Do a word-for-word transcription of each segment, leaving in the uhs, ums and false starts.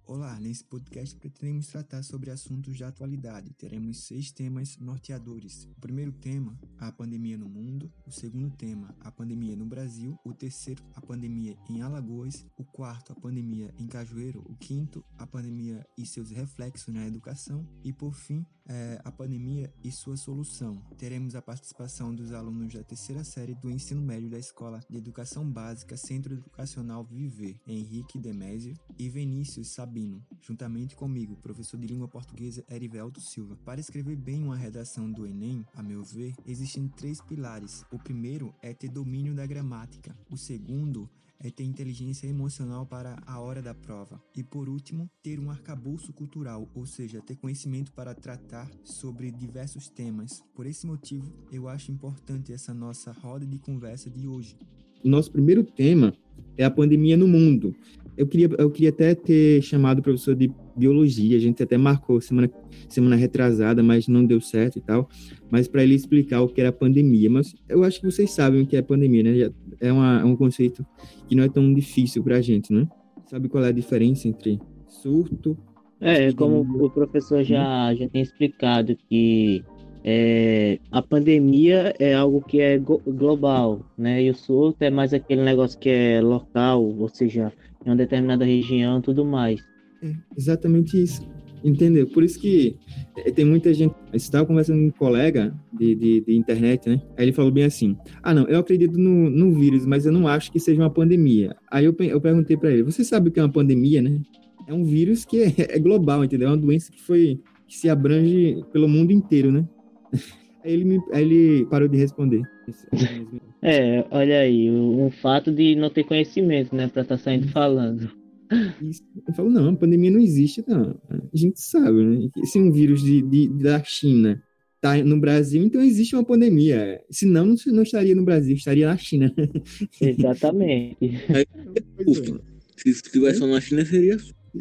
Olá, nesse podcast pretendemos tratar sobre assuntos de atualidade. Teremos seis temas norteadores. O primeiro tema, a pandemia no mundo. O segundo tema, a pandemia no Brasil. O terceiro, a pandemia em Alagoas. O quarto, a pandemia em Cajueiro. O quinto, a pandemia e seus reflexos na educação. E por fim, é, a pandemia e sua solução. Teremos a participação dos alunos da terceira série do ensino médio da Escola de Educação Básica Centro Educacional Viver, Henrique Demésio e Vinícius Sabino. Juntamente comigo, professor de língua portuguesa Erivelto Silva. Para escrever bem uma redação do Enem, a meu ver, existem três pilares. O primeiro é ter domínio da gramática. O segundo é ter inteligência emocional para a hora da prova. E por último, ter um arcabouço cultural, ou seja, ter conhecimento para tratar sobre diversos temas. Por esse motivo, eu acho importante essa nossa roda de conversa de hoje. O nosso primeiro tema é a pandemia no mundo. Eu queria, eu queria até ter chamado o professor de biologia, a gente até marcou semana, semana retrasada, mas não deu certo e tal, mas para ele explicar o que era a pandemia. Mas eu acho que vocês sabem o que é pandemia, né? É, uma, é um conceito que não é tão difícil para a gente, né? Sabe qual é a diferença entre surto? É, como o professor já, já tem explicado que é, a pandemia é algo que é go- global, né? E o surto é mais aquele negócio que é local, ou seja, em uma determinada região e tudo mais. É, exatamente isso, entendeu? Por isso que é, tem muita gente... Eu estava conversando com um colega de, de, de internet, né? Aí ele falou bem assim, ah, não, eu acredito no, no vírus, mas eu não acho que seja uma pandemia. Aí eu, eu perguntei para ele, você sabe o que é uma pandemia, né? É um vírus que é, é global, entendeu? É uma doença que foi... que se abrange pelo mundo inteiro, né? Aí ele, me, aí ele parou de responder. É, olha aí, o, o fato de não ter conhecimento, né, para estar tá saindo falando. Isso. Eu falo, não, a pandemia não existe, não. A gente sabe, né? Se um vírus de, de, da China tá no Brasil, então existe uma pandemia. Senão, não, não estaria no Brasil, estaria na China. Exatamente. É, se estivesse só na China, seria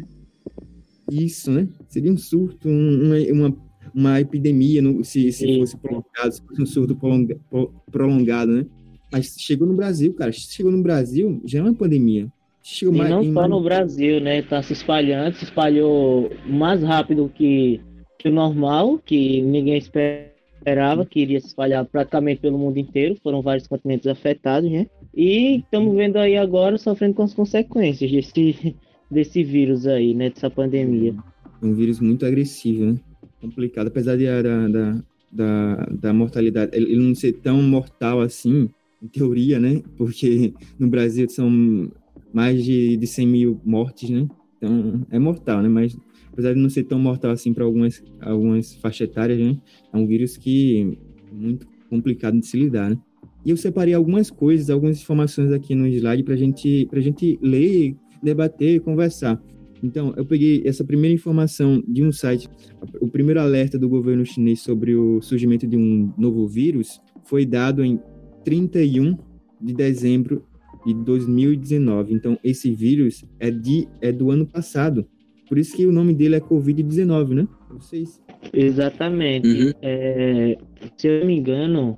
isso, né? Seria um surto, uma, uma, uma epidemia, se, se fosse prolongado, se fosse um surto prolonga, prolongado, né? Mas chegou no Brasil, cara. Chegou no Brasil, já é uma pandemia. Chegou e mais, não em... só no Brasil, né? Tá se espalhando, se espalhou mais rápido que, que o normal, que ninguém esperava que iria se espalhar praticamente pelo mundo inteiro. Foram vários continentes afetados, né? E estamos vendo aí agora sofrendo com as consequências desse, desse vírus aí, né? Dessa pandemia. É um vírus muito agressivo, né? Complicado, apesar de, da, da, da, da mortalidade, ele não ser tão mortal assim, em teoria, né? Porque no Brasil são mais de, de cem mil mortes, né? Então, é mortal, né? Mas, apesar de não ser tão mortal assim para algumas, algumas faixas etárias, né? É um vírus que é muito complicado de se lidar, né? E eu separei algumas coisas, algumas informações aqui no slide para gente, a gente ler, debater e conversar. Então, eu peguei essa primeira informação de um site. O primeiro alerta do governo chinês sobre o surgimento de um novo vírus foi dado em trinta e um de dezembro de dois mil e dezenove. Então, esse vírus é, de, é do ano passado. Por isso que o nome dele é covid dezenove, né? Vocês... Exatamente. Uhum. É, se eu não me engano,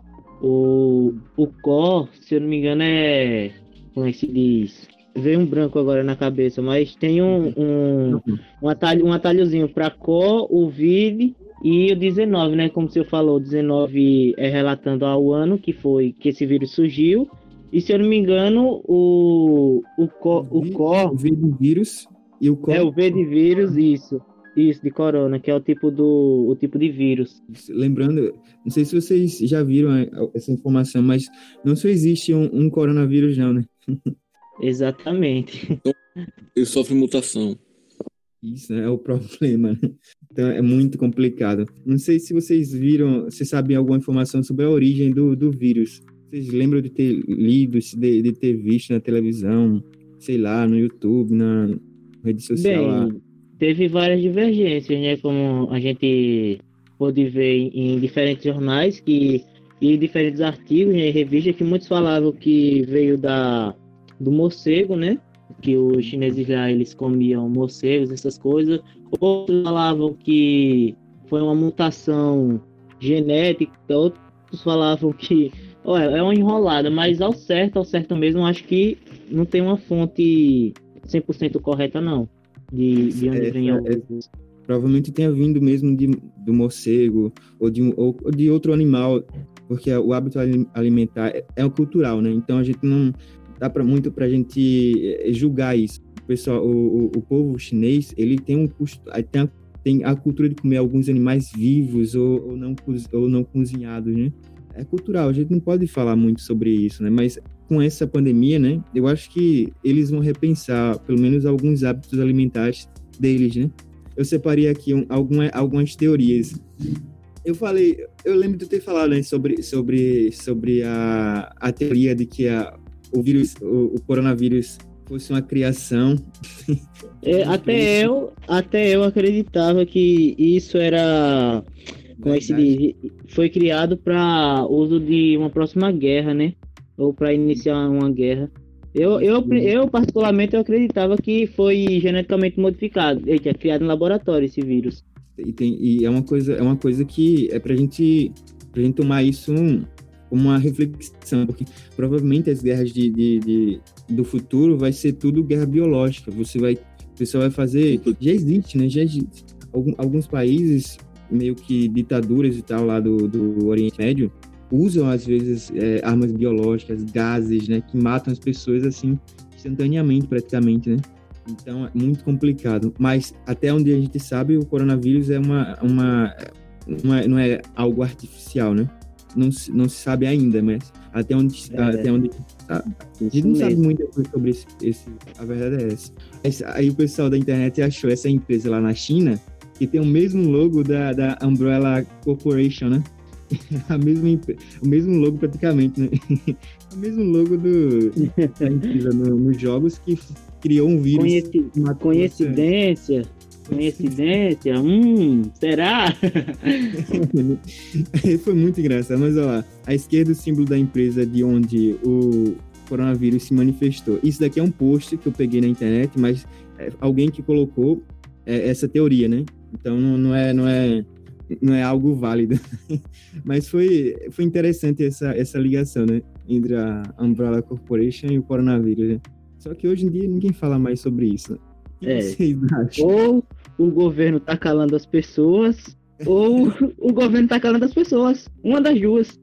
o, o C O R, se eu não me engano, é... Como é que se diz? Veio um branco agora na cabeça, mas tem um, um, um, atalho, um atalhozinho para C O R, o V I D e o dezenove, né? Como você falou, o dezenove é relatando ao ano que foi que esse vírus surgiu. E se eu não me engano, o, o, co, o, o C O R... O V de vírus e o C O R... É, o V de vírus, isso. Isso, de corona, que é o tipo, do, o tipo de vírus. Lembrando, não sei se vocês já viram essa informação, mas não só existe um, um coronavírus não, né? Exatamente. Ele sofre mutação. Isso, né? É o problema. Então é muito complicado. Não sei se vocês viram, se sabem alguma informação sobre a origem do, do vírus. Vocês lembram de ter lido, de, de ter visto na televisão, sei lá, no YouTube, na rede social? Bem, lá. Teve várias divergências, né? Como a gente pôde ver em diferentes jornais que, e diferentes artigos, né, em revistas, que muitos falavam que veio da, do morcego, né? Que os chineses lá, eles comiam morcegos, essas coisas. Outros falavam que foi uma mutação genética, outros falavam que... Olha, é uma enrolada, mas ao certo, ao certo mesmo, acho que não tem uma fonte cem por cento correta, não. De, de onde Essa, vem o... essa, provavelmente tenha vindo mesmo de, do morcego ou de, ou, ou de outro animal, porque o hábito alimentar é, é cultural, né? Então a gente não dá para muito para a gente julgar isso. O pessoal, o, o, o povo chinês, ele tem um tem a, tem a cultura de comer alguns animais vivos ou, ou não ou não cozinhados, né? É cultural, a gente não pode falar muito sobre isso, né? Mas com essa pandemia, né? Eu acho que eles vão repensar, pelo menos, alguns hábitos alimentares deles, né? Eu separei aqui um, alguma, algumas teorias. Eu falei, eu lembro de ter falado, né, sobre, sobre, sobre a, a teoria de que a, o vírus, o, o coronavírus fosse uma criação. É, até, eu, até eu acreditava que isso era... Como é que se diz? Foi criado para uso de uma próxima guerra, né? Ou para iniciar uma guerra. Eu, eu, eu, particularmente, eu acreditava que foi geneticamente modificado. Eita, é criado em laboratório esse vírus. E, tem, e é uma coisa, é uma coisa que é pra gente, pra gente tomar isso um, uma reflexão, porque provavelmente as guerras de, de, de, do futuro vai ser tudo guerra biológica. Você vai, o pessoal vai fazer... Já existe, né? Já existe. Algum, alguns países... meio que ditaduras e tal lá do, do Oriente Médio, usam às vezes é, armas biológicas, gases, né, que matam as pessoas assim, instantaneamente praticamente, né? Então é muito complicado. Mas até onde a gente sabe, o coronavírus é uma, uma, uma não é algo artificial, né? Não, não se sabe ainda, mas até onde, é, até onde a, a gente não sabe muita coisa sobre esse, esse, a verdade é essa. Aí o pessoal da internet achou essa empresa lá na China que tem o mesmo logo da, da Umbrella Corporation, né? A mesma, o mesmo logo praticamente, né? O mesmo logo do, da empresa no, nos jogos que criou um vírus. Conheci, coincidência? Coincidência? Hum, será? Foi muito engraçado, mas olha lá, à esquerda o símbolo da empresa de onde o coronavírus se manifestou. Isso daqui é um post que eu peguei na internet, mas é alguém que colocou é, essa teoria, né? Então não, não, é, não, é, não é algo válido. Mas foi, foi interessante essa, essa ligação, né? Entre a Umbrella Corporation e o coronavírus, né? Só que hoje em dia ninguém fala mais sobre isso. O que é. vocês acham? Ou o governo tá calando as pessoas, ou o governo tá calando as pessoas. Uma das duas.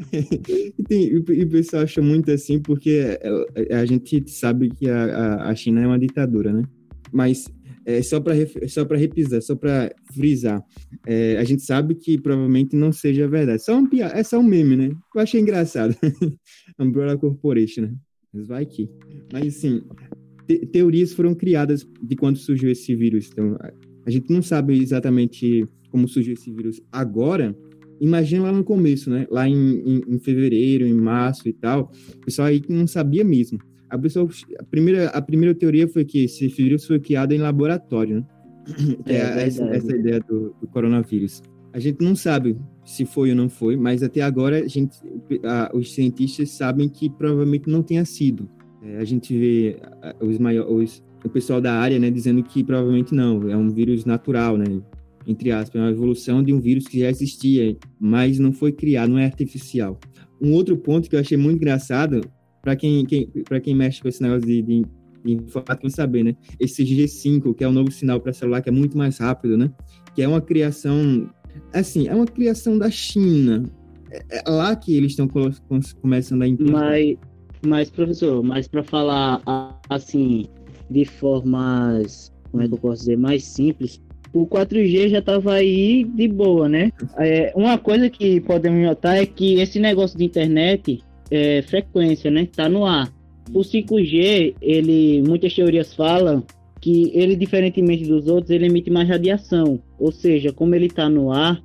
e, tem, e o pessoal acha muito assim porque a, a gente sabe que a, a, a China é uma ditadura, né? Mas... É, só para só para repisar, só para frisar, é, a gente sabe que provavelmente não seja verdade. Só um piada, é só um meme, né? Eu achei engraçado. Umbrella Corporation, né? Mas vai que. Mas assim, te, teorias foram criadas de quando surgiu esse vírus. Então, a, a gente não sabe exatamente como surgiu esse vírus agora. Imagina lá no começo, né? Lá em, em, em fevereiro, em março e tal. O pessoal aí que não sabia mesmo. A, pessoa, a, primeira, a primeira teoria foi que esse vírus foi criado em laboratório, né? É, é essa, essa ideia do, do coronavírus. A gente não sabe se foi ou não foi, mas até agora a gente, a, os cientistas sabem que provavelmente não tenha sido. É, a gente vê a, os maiores, o pessoal da área, né, dizendo que provavelmente não, é um vírus natural, né? Entre aspas, é uma evolução de um vírus que já existia, mas não foi criado, não é artificial. Um outro ponto que eu achei muito engraçado, para quem, quem, quem mexe com esse negócio de, de, de informática, vai saber, né? Esse G cinco, que é o novo sinal para celular, que é muito mais rápido, né? Que é uma criação, assim, é uma criação da China. É, é lá que eles estão começando a implantar. Mas, mas, professor, mas para falar assim, de formas, como é que eu posso dizer, mais simples, o quatro G já estava aí de boa, né? É, uma coisa que podemos notar é que esse negócio de internet, é, frequência, né? Tá no ar. O cinco G, ele, muitas teorias falam que ele, diferentemente dos outros, ele emite mais radiação. Ou seja, como ele tá no ar,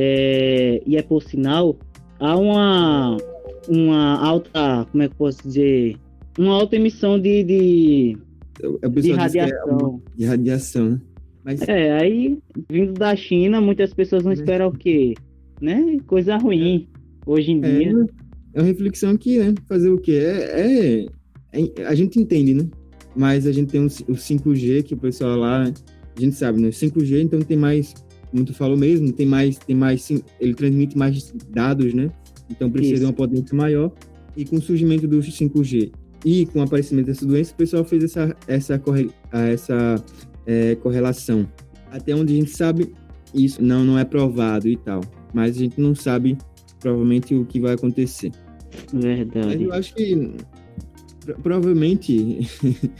é, e é por sinal, há uma, uma alta, como é que eu posso dizer? Uma alta emissão de, de, de radiação. É de radiação, né? Mas... É, aí, vindo da China, muitas pessoas vão esperar o quê? Né? Coisa ruim, hoje em é, dia. É uma reflexão que, né, fazer o quê? É, é, é, a gente entende, né? Mas a gente tem o cinco G, que o pessoal lá, a gente sabe, né? cinco G, então tem mais, como tu falou mesmo, tem mais, tem mais, ele transmite mais dados, né? Então precisa Isso. de uma potência maior. E com o surgimento do cinco G e com o aparecimento dessa doença, o pessoal fez essa, essa, essa é, correlação. Até onde a gente sabe, isso não, não é provado e tal. Mas a gente não sabe, provavelmente, o que vai acontecer. Verdade. Mas eu acho que, provavelmente,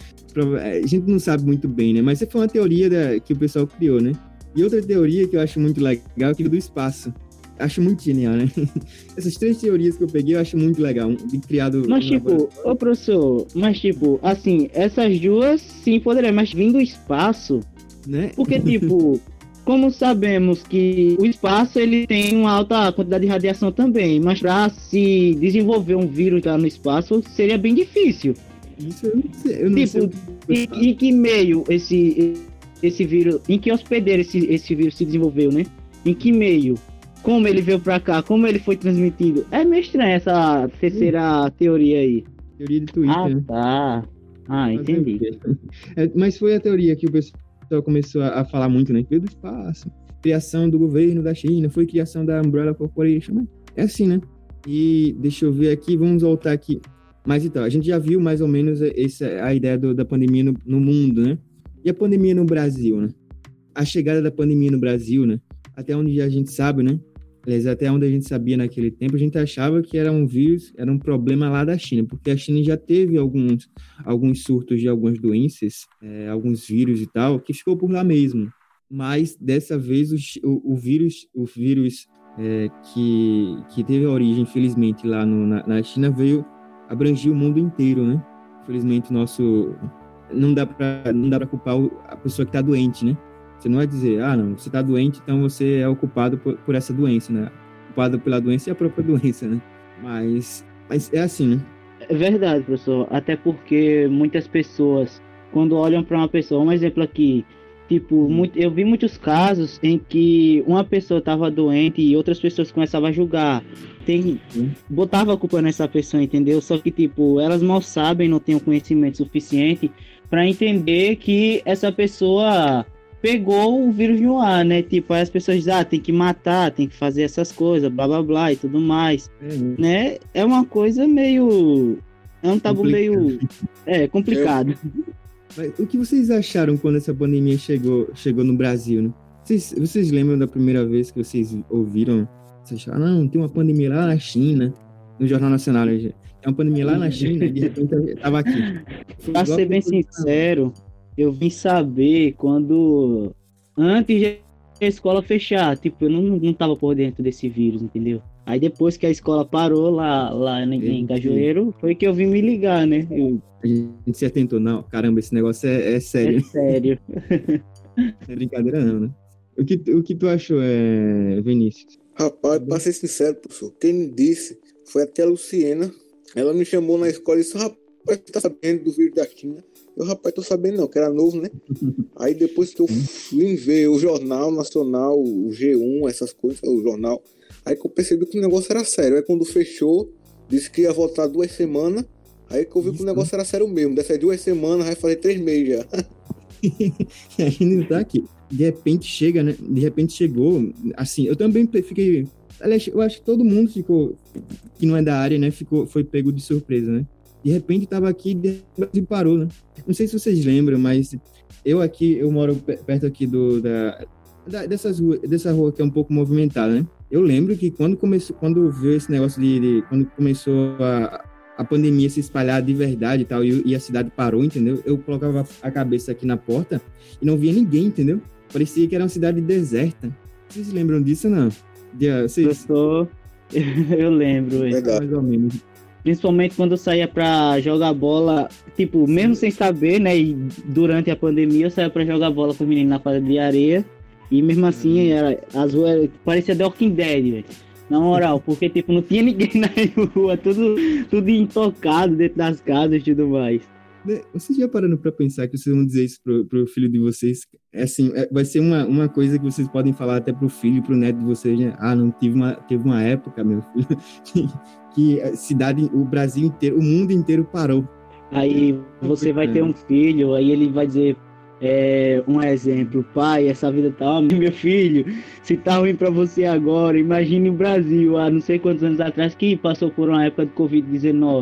a gente não sabe muito bem, né? Mas essa foi uma teoria da, que o pessoal criou, né? E outra teoria que eu acho muito legal é aquilo do espaço. Acho muito genial, né? Essas três teorias que eu peguei, eu acho muito legal. De criado. Mas, tipo, ô professor, mas, tipo, assim, essas duas sim poderiam, mas vindo do espaço, né? Porque, tipo, como sabemos que o espaço ele tem uma alta quantidade de radiação também, mas para se desenvolver um vírus lá no espaço seria bem difícil. Isso eu não sei. Eu não tipo, sei. Em, em que meio esse, esse vírus, em que hospedeiro esse, esse vírus se desenvolveu, né? Em que meio? Como ele veio pra cá? Como ele foi transmitido? É meio estranha essa terceira Sim. teoria aí. Teoria de Twitter. Ah, né? tá. Ah, entendi. É, mas foi a teoria que o pessoal começou a, a falar muito, né? Veio do espaço. Criação do governo da China, foi criação da Umbrella Corporation. Mas é assim, né? E deixa eu ver aqui, vamos voltar aqui. Mas então, a gente já viu mais ou menos essa, a ideia do, da pandemia no, no mundo, né? E a pandemia no Brasil, né? A chegada da pandemia no Brasil, né? Até onde a gente sabe, né? Aliás, até onde a gente sabia naquele tempo, a gente achava que era um vírus, era um problema lá da China, porque a China já teve alguns, alguns surtos de algumas doenças, é, alguns vírus e tal, que ficou por lá mesmo. Mas, dessa vez, o, o, o vírus, o vírus é, que, que teve a origem, infelizmente, lá no, na, na China, veio abranger o mundo inteiro, né? Infelizmente, nosso... Não dá para não dá para culpar a pessoa que está doente, né? Você não vai dizer, ah, não, você está doente, então você é o culpado por, por essa doença, né? O culpado pela doença é a própria doença, né? Mas, mas é assim, né? É verdade, professor. Até porque muitas pessoas, quando olham para uma pessoa, um exemplo aqui, tipo, muito, eu vi muitos casos em que uma pessoa estava doente e outras pessoas começavam a julgar. Tem, botava a culpa nessa pessoa, entendeu? Só que, tipo, elas mal sabem, não têm o conhecimento suficiente para entender que essa pessoa pegou o vírus no ar, né? Tipo, aí as pessoas dizem, ah, tem que matar, tem que fazer essas coisas, blá, blá, blá, e tudo mais, uhum. né? É uma coisa meio... É um tabu complicado. meio... É, complicado. Mas o que vocês acharam quando essa pandemia chegou, chegou no Brasil, né? Vocês, vocês lembram da primeira vez que vocês ouviram? Vocês acharam, não, tem uma pandemia lá na China, no Jornal Nacional, tem uma pandemia lá na China, e de repente estava aqui. Pra ser bem sincero, eu vim saber quando, antes da escola fechar, tipo, eu não, não tava por dentro desse vírus, entendeu? Aí depois que a escola parou lá, lá em, em Cajueiro, foi que eu vim me ligar, né? Eu... A gente se atentou, não, caramba, esse negócio é, é sério. É sério. Não é brincadeira não, né? O que, o que tu achou, é, Vinícius? Rapaz, pra ser sincero, professor, quem me disse foi até a Luciena. Ela me chamou na escola e disse, rapaz, você tá sabendo do vírus da China? Eu, rapaz, tô sabendo não, que era novo, né? Aí depois que eu fui ver o Jornal Nacional, o G um, essas coisas, o jornal, aí que eu percebi que o negócio era sério. Aí quando fechou, disse que ia voltar duas semanas, aí que eu vi que o negócio era sério mesmo. Dessas duas semanas, vai fazer três meses já. E a gente tá aqui. De repente chega, né? De repente chegou, assim, eu também fiquei... Aliás, eu acho que todo mundo ficou, que não é da área, né? Ficou, foi pego de surpresa, né? De repente tava aqui e parou, né? Não sei se vocês lembram, mas eu aqui, eu moro perto aqui do, da, da, dessas rua, dessa rua que é um pouco movimentada, né? Eu lembro que quando começou, quando veio esse negócio de, de quando começou a, a pandemia se espalhar de verdade e tal, e, e a cidade parou, entendeu? Eu colocava a cabeça aqui na porta e não via ninguém, entendeu? Parecia que era uma cidade deserta. Vocês lembram disso, não? De, vocês... Professor, eu lembro. Legal. Mais ou menos. Principalmente quando eu saía pra jogar bola, tipo, mesmo sem saber, né? E durante a pandemia eu saía pra jogar bola com os meninos na quadra de areia. E mesmo assim, era, as ruas parecia The Walking Dead, velho. Na moral, porque tipo, não tinha ninguém na rua, tudo, tudo intocado dentro das casas e tudo mais. Vocês já parando pra pensar que vocês vão dizer isso pro, pro filho de vocês? É assim, é, vai ser uma, uma coisa que vocês podem falar até pro filho e pro neto de vocês, né? Ah, não, tive uma, teve uma época, meu filho, que, que a cidade, o Brasil inteiro, o mundo inteiro parou. Aí você vai ter um filho, aí ele vai dizer, é, um exemplo, pai, essa vida tá ruim, meu filho, se tá ruim pra você agora, imagine o Brasil, há não sei quantos anos atrás, que passou por uma época de covid dezenove.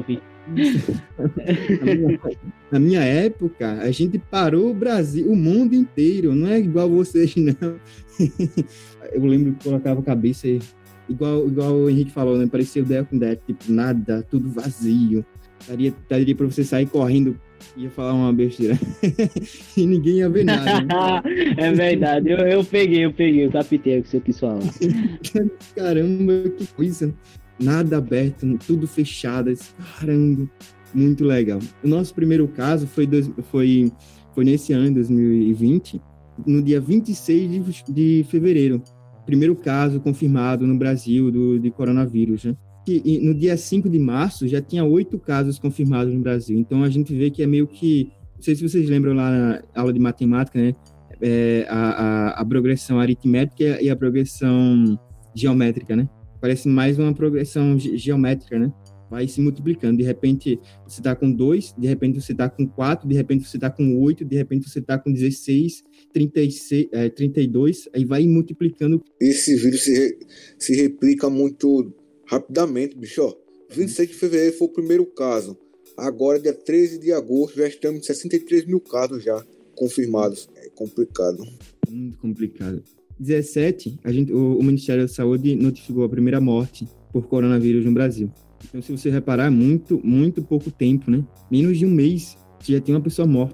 Na minha, na minha época, a gente parou o Brasil, o mundo inteiro. Não é igual vocês, não. Eu lembro que colocava a cabeça e, igual, igual o Henrique falou, né? Parecia o The Walking Dead, tipo, nada, tudo vazio. Daria, daria pra você sair correndo, ia falar uma besteira. E ninguém ia ver nada. Né? É verdade, eu, eu peguei, eu peguei, eu captei o que você quis falar. Caramba, que coisa. Nada aberto, tudo fechado. Caramba, muito legal. O nosso primeiro caso foi, dois, foi, foi nesse ano, dois mil e vinte, no dia vinte e seis de, de fevereiro. Primeiro caso confirmado no Brasil do, de coronavírus, né? E, e no dia cinco de março já tinha oito casos confirmados no Brasil. Então a gente vê que é meio que... Não sei se vocês lembram lá na aula de matemática, né? É, a, a, a progressão aritmética e a progressão geométrica, né? Parece mais uma progressão ge- geométrica, né? Vai se multiplicando. De repente, você está com dois, de repente você está com quatro, de repente você está com oito, de repente você está com dezesseis, trinta e seis, é, trinta e dois, aí vai multiplicando. Esse vírus se, re, se replica muito rapidamente, bicho. Ó, vinte e seis de fevereiro foi o primeiro caso. Agora, dia treze de agosto, já estamos em sessenta e três mil casos já confirmados. É complicado. Muito complicado. dezessete, a gente, o, o Ministério da Saúde notificou a primeira morte por coronavírus no Brasil. Então, se você reparar, muito, muito pouco tempo, né? Menos de um mês, já tem uma pessoa morta.